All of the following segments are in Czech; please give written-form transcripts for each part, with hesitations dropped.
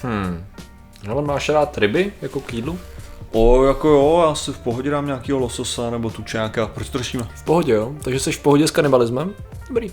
Ale máš rád ryby jako k jídlu? Jako jo, já si v pohodě dám nějakýho lososa nebo tučňáka, proč to řešíme? V pohodě, jo? Takže jsi v pohodě s kanibalismem? Dobrý.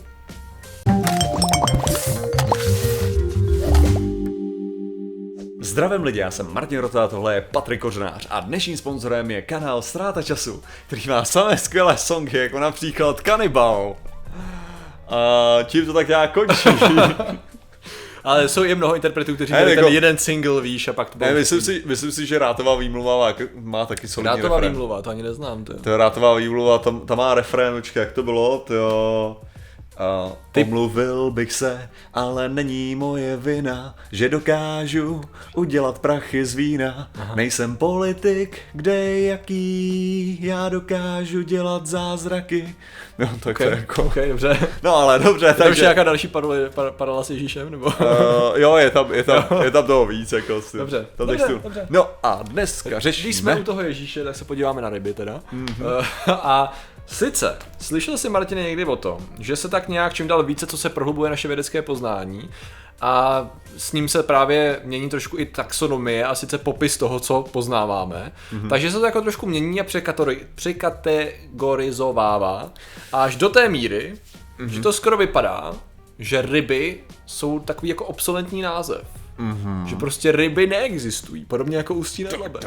Zdravím lidi, já jsem Martin Rota, tohle je Patrik Kořenář a dnešním sponzorem je kanál Ztráta času, který má samé skvělé songy, jako například Cannibal. A tím to tak nějak končí. Ale jsou i mnoho interpretů, kteří měli ten jeden single, víš, a pak to bylo... Myslím si, že Rátová výmluva má taky solidní refrén. Rátová výmluva, to ani neznám. To Rátová výmluva, tam má refrén, jak to bylo, to pomluvil bych se, ale není moje vina, že dokážu udělat prachy z vína. Aha. Nejsem politik, kde jaký, já dokážu dělat zázraky. No, tak okay, to je jako... Okay, dobře. No ale dobře, takže... Takže nějaká další paralela s Ježíšem, nebo? Jo, je tam toho víc, jako s tím. Dobře. No a dneska řešíme... Když jsme u toho Ježíše, tak se podíváme na ryby teda. Mm-hmm. A sice, slyšel jsi, Martine, někdy o tom, že se tak nějak čím dál více, co se prohlubuje naše vědecké poznání a s ním se právě mění trošku i taxonomie a sice popis toho, co poznáváme. Mm-hmm. Takže se to jako trošku mění a překategorizovává až do té míry, že to skoro vypadá, že ryby jsou takový jako obsolentní název. Mm-hmm. Že prostě ryby neexistují, podobně jako Ústí nad Labem.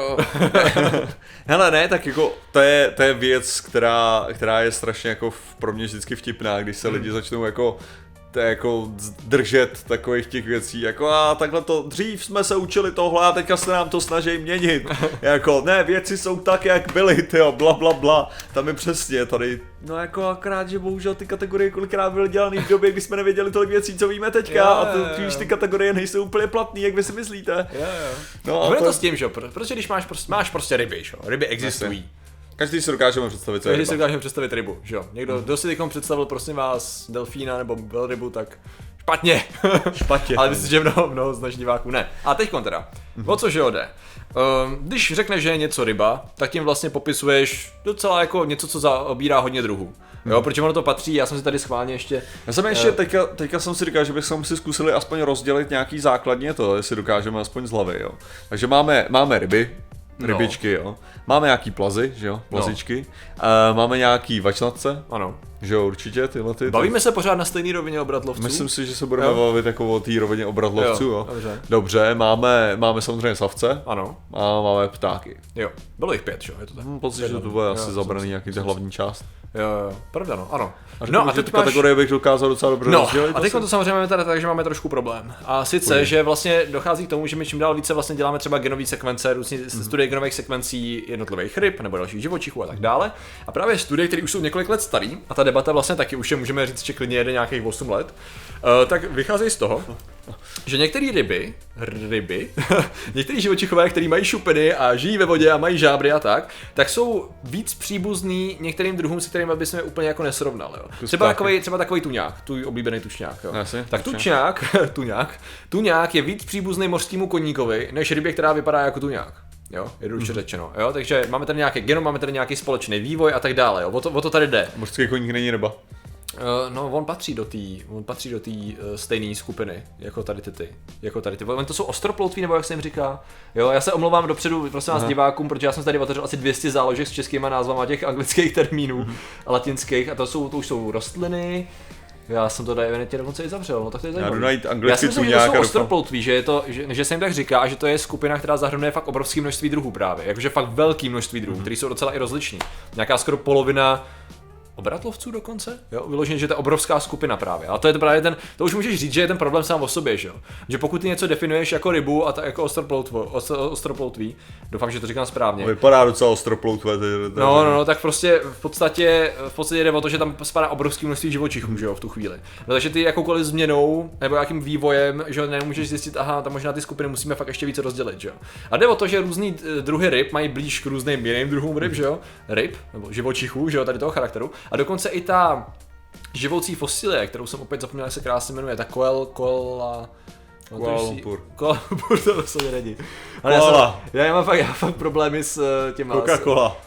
Hele ne, tak jako to je věc, která je strašně jako pro mě vždycky vtipná, když se lidi začnou jako držet takových těch věcí, jako a takhle to, dřív jsme se učili tohle a teďka se nám to snaží měnit, jako ne, věci jsou tak, jak byly, tyjo, bla bla bla, tam je přesně tady, no jako akorát, že bohužel ty kategorie kolikrát byly dělaný v době, kdy jsme nevěděli tolik věcí, co víme teďka, a ty kategorie nejsou úplně platný, jak vy si myslíte. No a to s tím, že, protože když máš prostě ryby, že? Ryby existují. Každý si dokážeme představit, co je ryba. Každý si dokážeme představit rybu, že jo. Někdo, kdo si teďkom představil, prosím vás, delfína nebo velrybu, tak špatně. Ale myslím, že mnoho z našich diváků ne. A teďkon teda, o co že jde? Když řekneš, že je něco ryba, tak tím vlastně popisuješ docela jako něco, co zaobírá hodně druhů. Jo, protože ono to patří, já jsem si tady schválně ještě... Já jsem ještě, teďka jsem si říkal, že bychom si zkusili aspoň rozdělit nějaký základně to, jestli dokážeme aspoň z hlavy, jo. Takže máme rybičky, jo. Máme nějaký plazy, že jo, plazičky. Máme nějaký vačnatce. Ano. Že jo, určitě tyhle ty. Bavíme se pořád na stejné rovině obratlovců. Myslím si, že se budeme bavit jako o té rovině obratlovců, jo. Dobře, máme samozřejmě savce. Ano. A máme ptáky. Jo, bylo jich 5, jo, je to tak. Pocit, že to bude asi zabraný nějaký ta hlavní část. Jo, pravda, no, ano. A teď kategorie bych dokázal docela dobře rozdělit. A teď to samozřejmě máme tady tak, že máme trošku problém. A sice, že vlastně dochází k tomu, že my čím dál více vlastně děláme třeba genové sekvence, různě studie genových sekvencí jednotlivých ryb nebo dalších živočichů a tak dále. A právě studie, které už jsou několik let starý, a ta debata vlastně taky už je, můžeme říct, že klidně jede nějakých 8 let, tak vycházejí z toho, že některé ryby, některé živočichové, který mají šupiny a žijí ve vodě a mají žábry a tak jsou víc příbuzný některým druhům, se kterými bychom je úplně jako nesrovnali. Jo. Třeba takový tuňák, tvůj oblíbený tučňák. Jo. Tak tuňák je víc příbuzný mořskému koníkovi, než rybě, která vypadá jako tuňák. Jo, jednoduše řečeno. Jo, takže máme tady nějaký genom, máme tady nějaký společný vývoj a tak dále. Jo. O to tady jde. Mořský koník není ryba. No, on patří do té stejné skupiny, jako tady ty. On to jsou ostroploutví, nebo jak se jim říká. Jo, já se omlouvám dopředu, prosím vás divákům, protože já jsem tady otevřel asi 200 záložek s českýma názvama těch anglických termínů a latinských, a to už jsou rostliny. Já jsem to evidentně dokonce i zavřel, no tak to je zajímavé. Já si myslím, že to jsou ostroploutví, že se jim tak říká, a že to je skupina, která zahrnuje fakt obrovské množství druhů právě, jakože fakt velké množství druhů, které jsou docela i rozliční. Nějaká skoro polovina obratlovců dokonce? Jo, vyloženě, že to je obrovská skupina právě. A to je to právě to už můžeš říct, že je ten problém sám o sobě, že jo? Že pokud ty něco definuješ jako rybu a jako ostroploutví, doufám, že to říkám správně. Vypadá docela ostroploutvé. No, tak prostě v podstatě jde o to, že tam spadá obrovský množství živočichů, že jo, v tu chvíli. No, takže ty jakoukoliv změnou nebo jakým vývojem, že nemůžeš zjistit, aha, tam možná ty skupiny musíme fakt ještě více rozdělit, že jo. A jde o to, že různý druhy ryb mají blíž k různým jiným druhům ryb, že jo? Ryb nebo živočichů, že jo, tady toho charakteru. A dokonce i ta živoucí fosilie, kterou jsem opět zapomněl, jak se krásně jmenuje, ta Kuala Lumpur. Kuala Lumpur, to rozhodně není. Koala. Já mám fakt problémy s těma. Coca-Cola.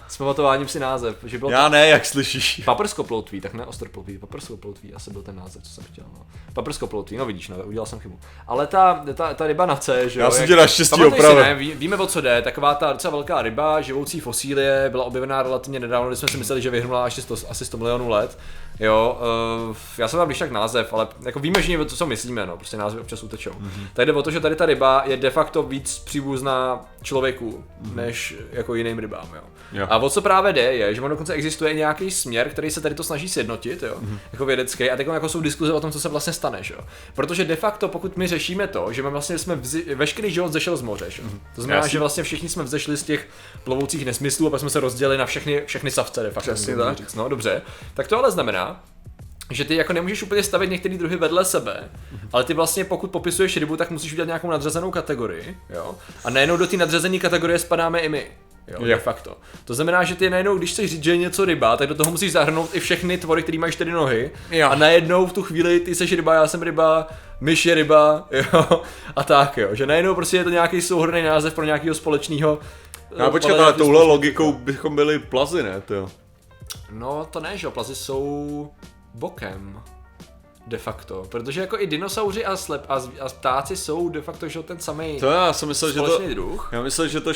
pamatováním si název, že bylo Já ne, jak slyšíš. paprskoploutví, tak ne ostrploutví, paprskoploutví asi byl ten název, co jsem chtěl, no. Paprskoploutví, no vidíš, no, udělal jsem chybu. Ale ta ryba na C, že jo. Já jsem tě naštěstí pamatuješ si, opravil. ne, víme, o co jde, taková ta docela velká ryba, živoucí fosílie, byla objevená relativně nedávno, když jsme si mysleli, že vyhnula asi 100 milionů let. Jo, já jsem tam když tak název, ale jako víme, že co myslíme, no, prostě názvy občas utečou. Tak jde o to, že tady ta ryba je de facto víc příbuzná člověku, než jako jiným rybám, jo. Jo. A o co právě jde, je, že on dokonce existuje nějaký směr, který se tady to snaží sjednotit, jo, jako vědecký, a teď jako jsou diskuze o tom, co se vlastně stane, jo. Protože de facto, pokud my řešíme to, že my vlastně veškerý život zešel z moře, jo. To znamená, že vlastně všichni jsme vzešli z těch plovoucích nesmyslů a pak jsme se rozdělili na všechny savce, de facto. Přesně tak. Říct. No, dobře. Tak to ale znamená, že ty jako nemůžeš úplně stavit některé druhy vedle sebe, ale ty vlastně pokud popisuješ rybu, tak musíš udělat nějakou nadřazenou kategorii, jo? A najednou do té nadřazené kategorie spadáme i my. Jo, de facto. To znamená, že ty najednou, když chceš říct, že je něco ryba, tak do toho musíš zahrnout i všechny tvory, které mají 4 nohy. Jo. A najednou v tu chvíli ty seš ryba, já jsem ryba, myš je ryba, jo, a tak jo. Že najednou prostě je to nějaký souhrnný název pro nějakého společného. No počkat, ale touhle logikou bychom byli plazy, ne, to? No to ne, že jo, plazy jsou bokem. De facto, protože jako i dinosauři a ptáci jsou de facto, že ten samý. To já jsem myslel, že to druh. Já myslel, že to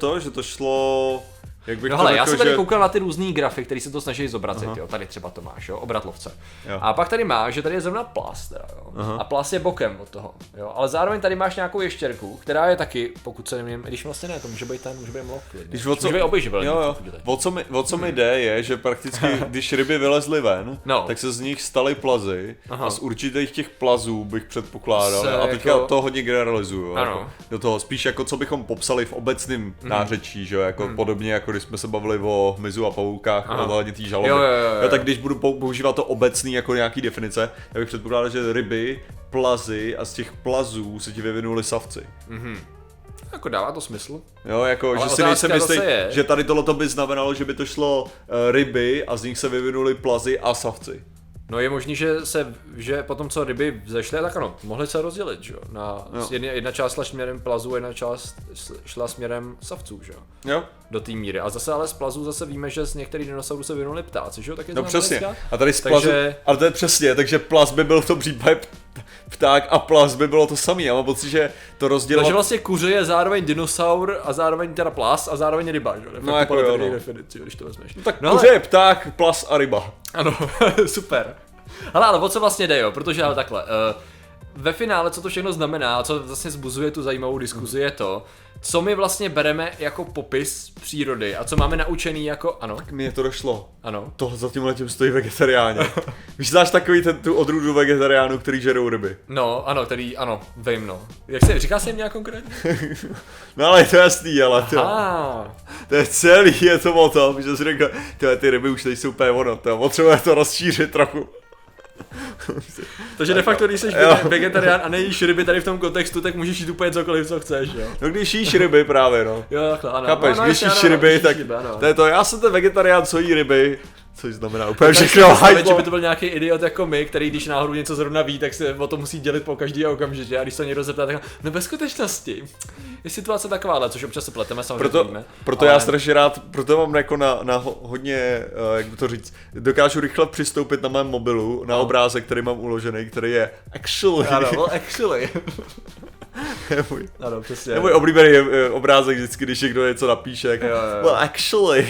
šlo jak bych no to hele, řekl, já jsem tady že... koukal na ty různý grafy, které se to snaží zobrazit, Aha. jo. Tady třeba to máš, jo, obratlovce. Jo. A pak tady máš, že tady je zrovna plas, teda, jo. Aha. A plas je bokem od toho, jo. Ale zároveň tady máš nějakou ještěrku, která je taky, pokud se nevím, když vlastně ne, to může být mlok. Může být obojživelný. O co mi jde je, že prakticky, když ryby vylezly ven, tak se z nich staly plazy. Aha. A z určitých těch plazů bych předpokládal. A teďka to hodně generalizuju. Jako, do toho spíš jako co bychom popsali v obecném nářečí, že jako podobně jako když jsme se bavili o hmyzu a pavoukách ohledně té žaloby. Jo, tak když budu používat to obecný jako nějaký definice, tak bych předpokládal, že ryby, plazy a z těch plazů se ti vyvinuli savci. Jako dává to smysl. Jo, jako, ale že si nejsem jistý, že tady tohleto by znamenalo, že by to šlo ryby a z nich se vyvinuli plazy a savci. No je možný, že potom co ryby vzešly, tak ano, mohly se rozdělit, že jo. Jedna část šla směrem plazů, jedna část šla směrem savců, že jo. Do té míry. A zase ale z plazů zase víme, že z některých dinosaurů se vyvinuli ptáci, že jo? Tak je no přesně. Dneska. A tady z plazu, ale to je přesně, takže plaz by byl v tom případě pták a plaz by bylo to samý. Já mám pocit, že to rozdělovat... Takže vlastně kuře je zároveň dinosaur a zároveň teda plaz a zároveň ryba, že jo? No jako jo, no. Definici, když to vezmeš. No, tak kuře je pták, plaz a ryba. Ano, super. Ale o co vlastně jde, jo? Protože ale takhle, ve finále, co to všechno znamená, co vlastně zbuzuje tu zajímavou diskuzi, je to, co my vlastně bereme jako popis přírody a co máme naučený jako, ano? Tak mně to došlo. Ano. Tohle za tímhletím stojí vegetariáni. Víš, znáš takový tu odrůdu vegetariánů, který žerou ryby? No, ano, vím, no. Jak se říká se jim nějak konkrétně? No ale je to jasný, ale to je celý, je to o tom, že jsi řekl, ty ryby už nejsou úplně ono, potřebuje to rozšířit trochu. Takže de facto, když jsi vegetarián a nejíš ryby tady v tom kontextu, tak můžeš jít úplně cokoliv, co chceš, jo? No když jíš ryby právě, no. Jo, takhle, ano. Chápeš, když jíš ryby, tak to je to, já jsem ten vegetarián, co jí ryby, což znamená úplně všechno. Že by to byl nějaký idiot jako my, který když náhodou něco zrovna ví, tak se o to musí dělit po každý okamžitě. A když se někdo zeptá, tak no ve skutečnosti je situace takováhle, což občas se pleteme, samozřejmě víme. Proto já strašně rád, proto mám jako na hodně, jak by to říct, dokážu rychle přistoupit na mém mobilu na obrázek, který mám uložený, který je actually. Ano, well, actually. Je můj oblíbený obrázek vždycky, když někdo něco napíše, jako, well actually.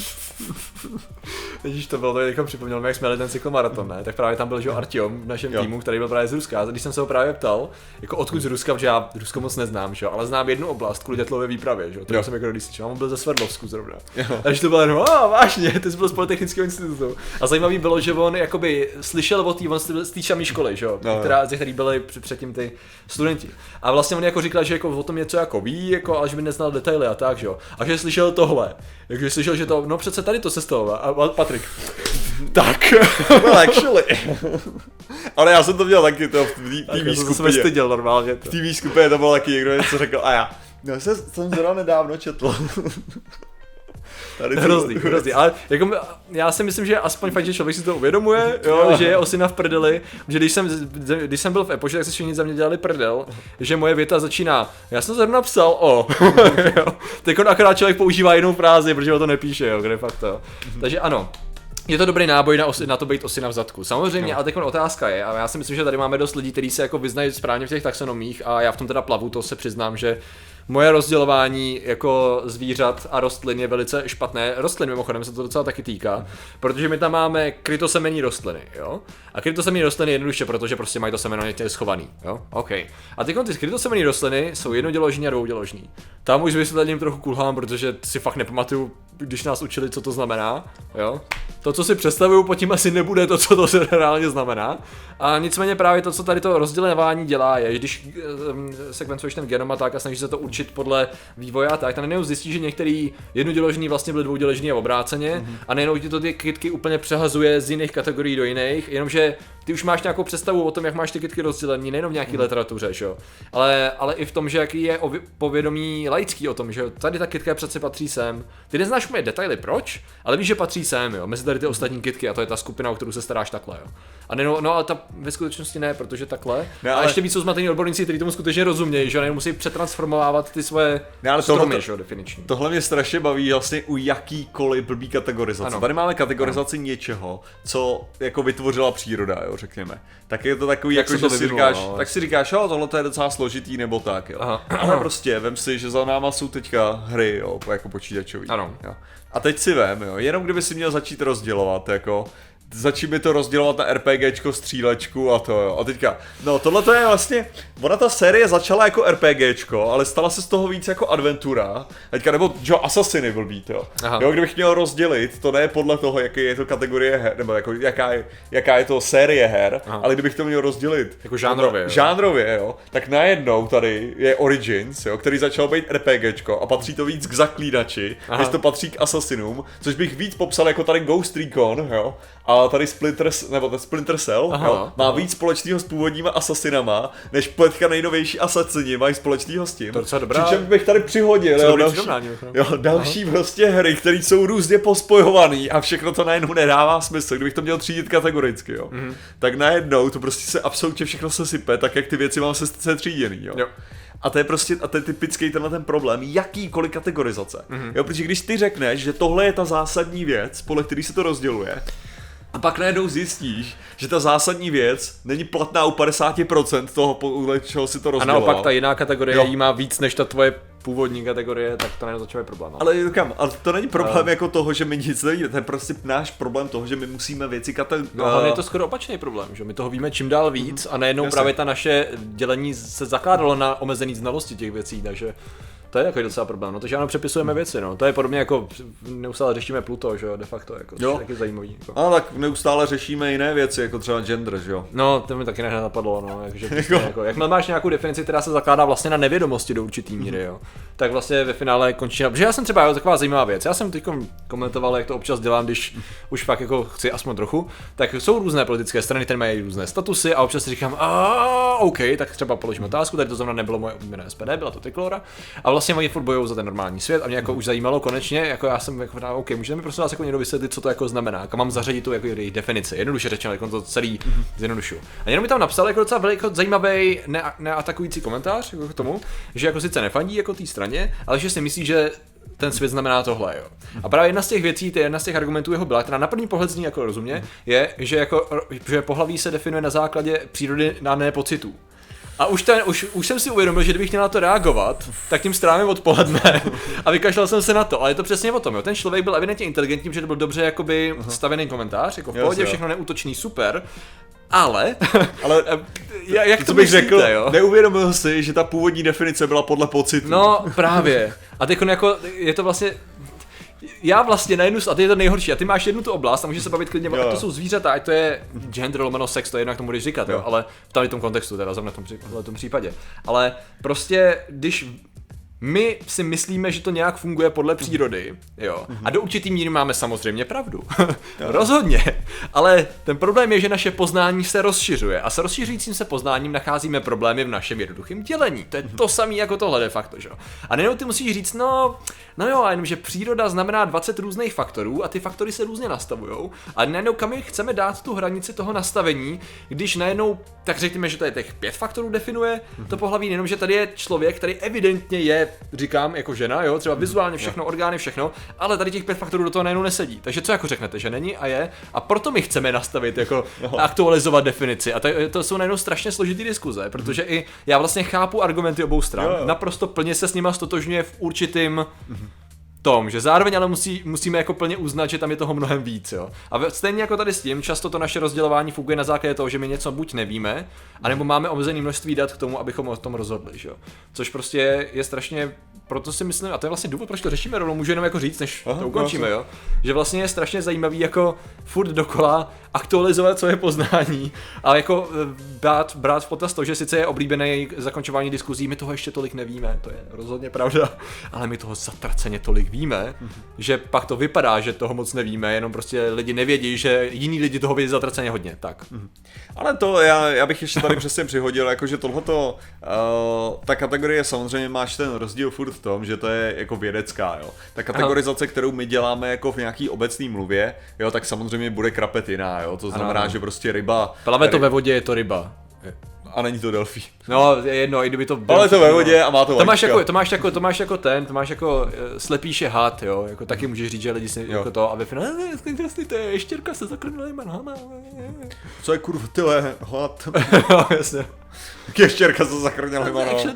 Vidíš, to bylo, to jako připomněl, jak jsme jeli ten cyklomaraton, ne? Tak právě tam byl, že Artyom v našem týmu, který byl právě z Ruska. A když jsem se ho právě ptal, jako odkud z Ruska, protože já Rusko moc neznám, že? Ale znám jednu oblast kvůli tétlové výpravě, že? To jsem jako když slyšel, on byl ze Sverdlovsku zrovna. Takže to bylo jenom, vážně, ty jsi byl z Polytechnického institutu. A zajímavý bylo, že on jakoby slyšel o on z té samé školy, že? Ze který byli předtím ty studenti. A vlastně on jako říkal, že jako o tom něco jako ví, jako, ale že by neznal detaily a tak, že jo. A že slyšel tohle. Takže slyšel, že to, no přece tady to se stalo. A Patrik. Tak. Well, actually. Ale já jsem to měl taky to v TV skupině. To jsem styděl normálně. V TV skupině to bylo taky někdo něco řekl a já. No jsem zrovna nedávno četl. Hrozný, ale jako já si myslím, že aspoň fakt, že člověk si to uvědomuje, jo, že je osina v prdeli, že když jsem byl v Epoši, tak se všichni za mě dělali prdel, že moje věta začíná, já jsem zrovna napsal teď akorát člověk používá jinou frázi, protože ho to nepíše, jo, kde fakt to. Takže ano. Je to dobrý náboj na to být osina v zadku. Samozřejmě, ale teď otázka je, a já si myslím, že tady máme dost lidí, kteří se jako vyznají správně v těch taxonomích a já v tom teda plavu, to se přiznám, že moje rozdělování jako zvířat a rostlin je velice špatné. Rostlin mimochodem se to docela taky týká, protože my tam máme krytosemenní rostliny, jo? A krytosemenní rostliny jednoduše, protože prostě mají to semeno někde schovaný, jo? OK. A ty krytosemenní rostliny jsou jednoděložní a dvouděložní. Tam už vysvětlením trochu kulhám, protože si fakt nepamatuju, když nás učili, co to znamená, jo? To, co si představuju, pod tím asi nebude to, co to reálně znamená. A nicméně právě to, co tady to rozdělování dělá, je, že když sekvencuješ ten genom a tak a snažíš se to určit podle vývoje a tak najednou zjistíš, že některý jednoděložní vlastně byly dvouděložní a obráceně a najednou ti to ty kytky úplně přehazuje z jiných kategorií do jiných, jenomže ty už máš nějakou představu o tom, jak máš ty kytky rozdělený, nejenom v nějaký literatuře, že jo, ale i v tom, že jaký je povědomí laický o tom, že tady ta kytka přece patří sem. Ty neznáš moje detaily proč, ale víš, že patří sem, jo, mezi tady ty ostatní kytky a to je ta skupina, o kterou se staráš takhle, jo. A no, ale ta ve skutečnosti ne, protože takhle. No, a ještě víc jsou zmatení odborníci, kteří tomu skutečně rozumějí, že musí přetransformovávat ty svoje stromy, že jo, definiční. Tohle mě strašně baví vlastně u jakýkoliv blbý kategorizace. Ano. Tady máme kategorizaci něčeho, co jako vytvořila příroda, jo, řekněme. Tak je to takový, jako, že si říkáš, tak si říkáš, jo, tohle je docela složitý nebo tak, jo. Aha. Ale prostě vem si, že za náma jsou teďka hry, jo, jako počítačový. Ano. Jo. A teď si vem, jo, jenom kdyby si měl začít rozdělovat, jako začít by to rozdělovat na RPGčko, střílečku a to jo. A teďka, no tohle to je vlastně, ona ta série začala jako RPGčko, ale stala se z toho víc jako adventura. Teďka nebo jo, Assassiny byl být, jo. Aha. Jo, kdybych měl rozdělit, to ne podle toho, jaký je to kategorie her, nebo jako jaká je to série her, aha, ale kdybych to měl rozdělit jako žánrově, žánrově, jo, tak najednou tady je Origins, jo, který začal být RPGčko a patří to víc k Zaklínači, než to patří k Assassinům, což bych víc popsal jako tady Ghost Recon, jo. A tady Splinter Cell, jo, má víc společného s původníma Assassinama, než teďka nejnovější Assassini mají společného s tím. Přičem bych tady přihodil, další prostě hry, které jsou různě pospojované a všechno to najednou nedává smysl, kdybych to měl třídit kategoricky, jo. Mm-hmm. Tak najednou to prostě se absolutně všechno se sype, tak jak ty věci mám se tříděný, jo. A to je prostě, a to je typický ten problém, jakýkoliv kategorizace. Mm-hmm. Jo, protože když ty řekneš, že tohle je ta zásadní věc, podle který se to rozděluje, a pak najednou zjistíš, že ta zásadní věc není platná u 50% toho, podle čeho si to rozděloval. A naopak ta jiná kategorie jí má víc než ta tvoje původní kategorie, tak to najednou začíná problém. Ale to není problém jako toho, že my nic nevíme, to je prostě náš problém toho, že my musíme věci No hlavně je to skoro opačný problém, že my toho víme čím dál víc a najednou právě ta naše dělení se zakládalo na omezený znalosti těch věcí, takže to je takový docela problém, no, takže ano, přepisujeme věci, no, to je podobně jako neustále řešíme Pluto, že jo, de facto, jako, to je taky zajímavý. Jako. A tak neustále řešíme jiné věci, jako třeba gender, že jo. No, to mi taky napadlo, no, jako, jak máš nějakou definici, která se zakládá vlastně na nevědomosti do určitý míry, jo, tak vlastně ve finále končí, protože já jsem třeba taková zajímavá věc, já jsem teď komentoval, jak to občas dělám, když už fakt jako chci aspoň trochu, tak jsou různé politické strany, které mají různé statusy a občas si říkám, OK, tak třeba položím otázku, tady to zrovna nebylo moje oblíbené SPD, byla to Trikolora. A vlastně oni furt bojujou za ten normální svět a mě jako už zajímalo konečně, jako já jsem jako OK, můžete mi prosím vás jako někdo vysvětlit, co to jako znamená, kam mám zařadit tu jako jejich definici, jednoduše řečeno, jako to celý zjednodušuju. A jenom mi tam napsal jako docela velký zajímavý neatakující komentář jako k tomu, že jako sice nefandí jako té straně, ale že si myslí, že ten svět znamená tohle, jo. A právě jedna z těch věcí, jedna z těch argumentů jeho byla, která na první pohled zní jako rozumně, je, že pohlaví se definuje na základě přírody dané pocitů. A už jsem si uvědomil, že kdybych měl na to reagovat, tak tím strávím odpoledne a vykašlal jsem se na to. Ale je to přesně o tom, jo. Ten člověk byl evidentně inteligentní, že to byl dobře jakoby stavěný komentář, jako v pohodě, všechno neútočný, super. Ale jak to bych řekl, jo? Neuvědomil si, že ta původní definice byla podle pocitu. No právě. A teď jako je to vlastně já vlastně na jednu, a ty je to nejhorší, a ty máš jednu tu oblast a můžeš se bavit klidně, ať to jsou zvířata, ať to je gender, lomeno sex, to je jedno, jak tomu budeš říkat, jo, ale v tom kontextu, teda zrovna v tom případě. Ale prostě, když my si myslíme, že to nějak funguje podle přírody, jo. A do určitý míry máme samozřejmě pravdu. Rozhodně. Ale ten problém je, že naše poznání se rozšiřuje a s rozšiřujícím se poznáním nacházíme problémy v našem jednoduchém dělení. To je to samé jako tohle de facto, že jo. A nejenom ty musíš říct, no jo, a jenom, že příroda znamená 20 různých faktorů a ty faktory se různě nastavujou. A najednou kam my chceme dát tu hranici toho nastavení, když najednou, tak řekněme, že to je těch 5 faktorů definuje to pohlaví, jenom že tady je člověk, který evidentně je, říkám, jako žena, jo, třeba vizuálně všechno, orgány, všechno, ale tady těch 5 faktorů do toho najednou nesedí. Takže co jako řeknete, že není a je? A proto my chceme nastavit, jako aktualizovat definici. A to jsou najednou strašně složitý diskuze, protože i já vlastně chápu argumenty obou stran, naprosto plně se s nima stotožňuje v určitým tom, že zároveň ale musíme jako plně uznat, že tam je toho mnohem víc, jo. A stejně jako tady s tím, často to naše rozdělování funguje na základě toho, že my něco buď nevíme, anebo máme omezené množství dat k tomu, abychom o tom rozhodli, že jo. Což prostě je strašně, proto si myslím, a to je vlastně důvod, proč to řešíme rovnou, můžu jenom jako říct, než to ukončíme, jo. Že vlastně je strašně zajímavý jako furt dokola aktualizovat svoje poznání, ale jako brát v potaz to, že sice je oblíbené zakončování diskuzí, my toho ještě tolik nevíme, to je rozhodně pravda, ale my toho zatraceně tolik víme, že pak to vypadá, že toho moc nevíme, jenom prostě lidi nevědí, že jiní lidi toho vědí zatraceně hodně, tak. Ale to já bych ještě tady přesně přihodil, jakože tohleto, ta kategorie samozřejmě máš ten rozdíl furt v tom, že to je jako vědecká, jo. Ta kategorizace, kterou my děláme jako v nějaký obecný mluvě, jo, tak samozřejmě bude krapetina, jo, to znamená, že prostě ryba. Plave to ve vodě, je to ryba. A není to delfín. No, je jedno, i kdyby to bylo. Ale to ve vodě a má to vajíčka. To máš jako slepíš je had, jo, jako taky můžeš říct, že lidi si jako to a ve finále, to je ještěrka se zakrnulýma nohama. Co je kurva, tyhle, had. No, jasně. Ještěrka se zakrnulýma nohama.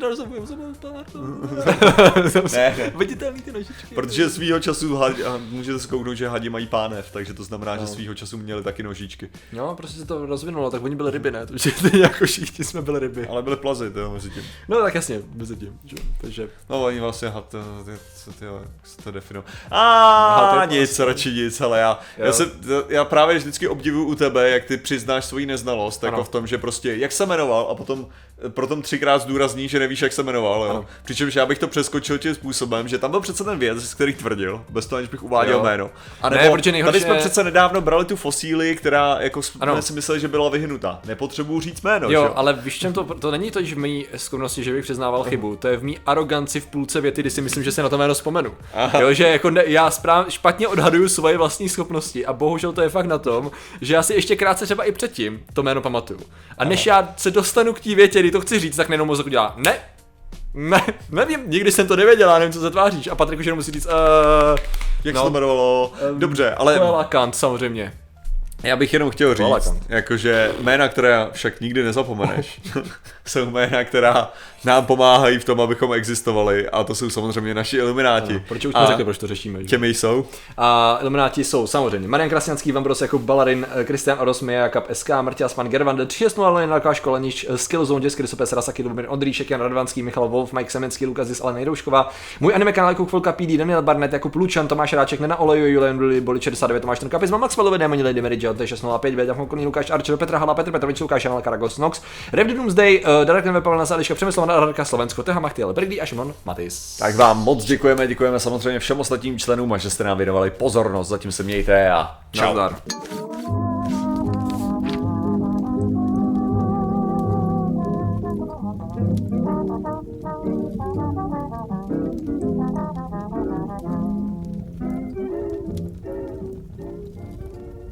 Ne. Viditelný ty nožičky. Protože svýho času, můžete se kouknout, že hadi mají pánev, takže to znamená, že svýho času měli taky nožičky. No, prostě se to rozvinulo, tak oni byli ryby, ne? To stejně jako všichni jsme byli ryby. Ale byly plazy, jo, mezi tím. No tak jasně, mezi tím, že? Takže. No oni vlastně co to definují. Nic, radši nic, ale já právě vždycky obdivuju u tebe, jak ty přiznáš svoji neznalost, jako v tom, že prostě, jak se jmenoval a potom 3krát zdůrazní, že nevíš, jak se jmenoval, jo. Přičemž já bych to přeskočil tím způsobem, že tam byl přece ten věc, který tvrdil, bez toho, aniž bych uváděl jméno. A nebo tady jsme přece nedávno brali tu fosíli, která jako jsme si mysleli, že byla vyhnutá. Nepotřebuji říct jméno, jo, ale víš čem to není to, že v mý schopnosti, že bych přiznával chybu, to je v mý aroganci v půlce věty, kdy si myslím, že se na to jméno vzpomenu. Jo, že jako já špatně odhaduju svoje vlastní schopnosti a bohužel to je fakt na tom, že já si ještě krátce třeba i předtím to jméno pamatuju. A než já se dostanu k té větě, kdy to chci říct, tak nejenom mozek udělá nevím, nikdy jsem to nevěděla, nevím, co se tváříš. A Patrik už jenom musí říct, jak se to jmenovalo, dobře, ale. Kant, samozřejmě. Já bych jenom chtěl říct, jakože jména, které však nikdy nezapomeneš, jsou jména, která nám pomáhají v tom, abychom existovali, a to jsou samozřejmě naši ilumináti. Proč už jsme řekli, proč to řešíme? Že? Těmi jsou? A ilumináti jsou samozřejmě Marian Krasňanský, Vambros Jakub Balarin, Kristian Orosmia, Jakub SK, Martia Span, Gervande, 360 Nalká Školenič, Skillzone, Děsky, Rysopes, Rasaki, Lubomír Ondříšek, Jan Radvanský, Michal Wolf, Mike Semenský, Lukas Zis, Alena Nejdoušková, můj anime kanál jako Chvilka PD, Daniel Barnett, Jakub Lučan, Tomáš Ráček, Nena Olejo, Julian Duli, Boli 69, Tomáš Trnka, Pizma, Max Valové, Démoni, Lady Mary, J 605, Věďa Fonkoný, Lukáš Archer, Petra Hala, Petr Petrovič, Lukáš Jan Karagos, Nox, Rev Doomsday, Darek Nevepavel na Sáliška, Přemysl Nadarka, Slovensko, Teha Machtiel, Brigdy a Šimon Matis. Tak vám moc děkujeme samozřejmě všem ostatním členům a že jste nám věnovali pozornost, zatím se mějte a čau. Nazdar.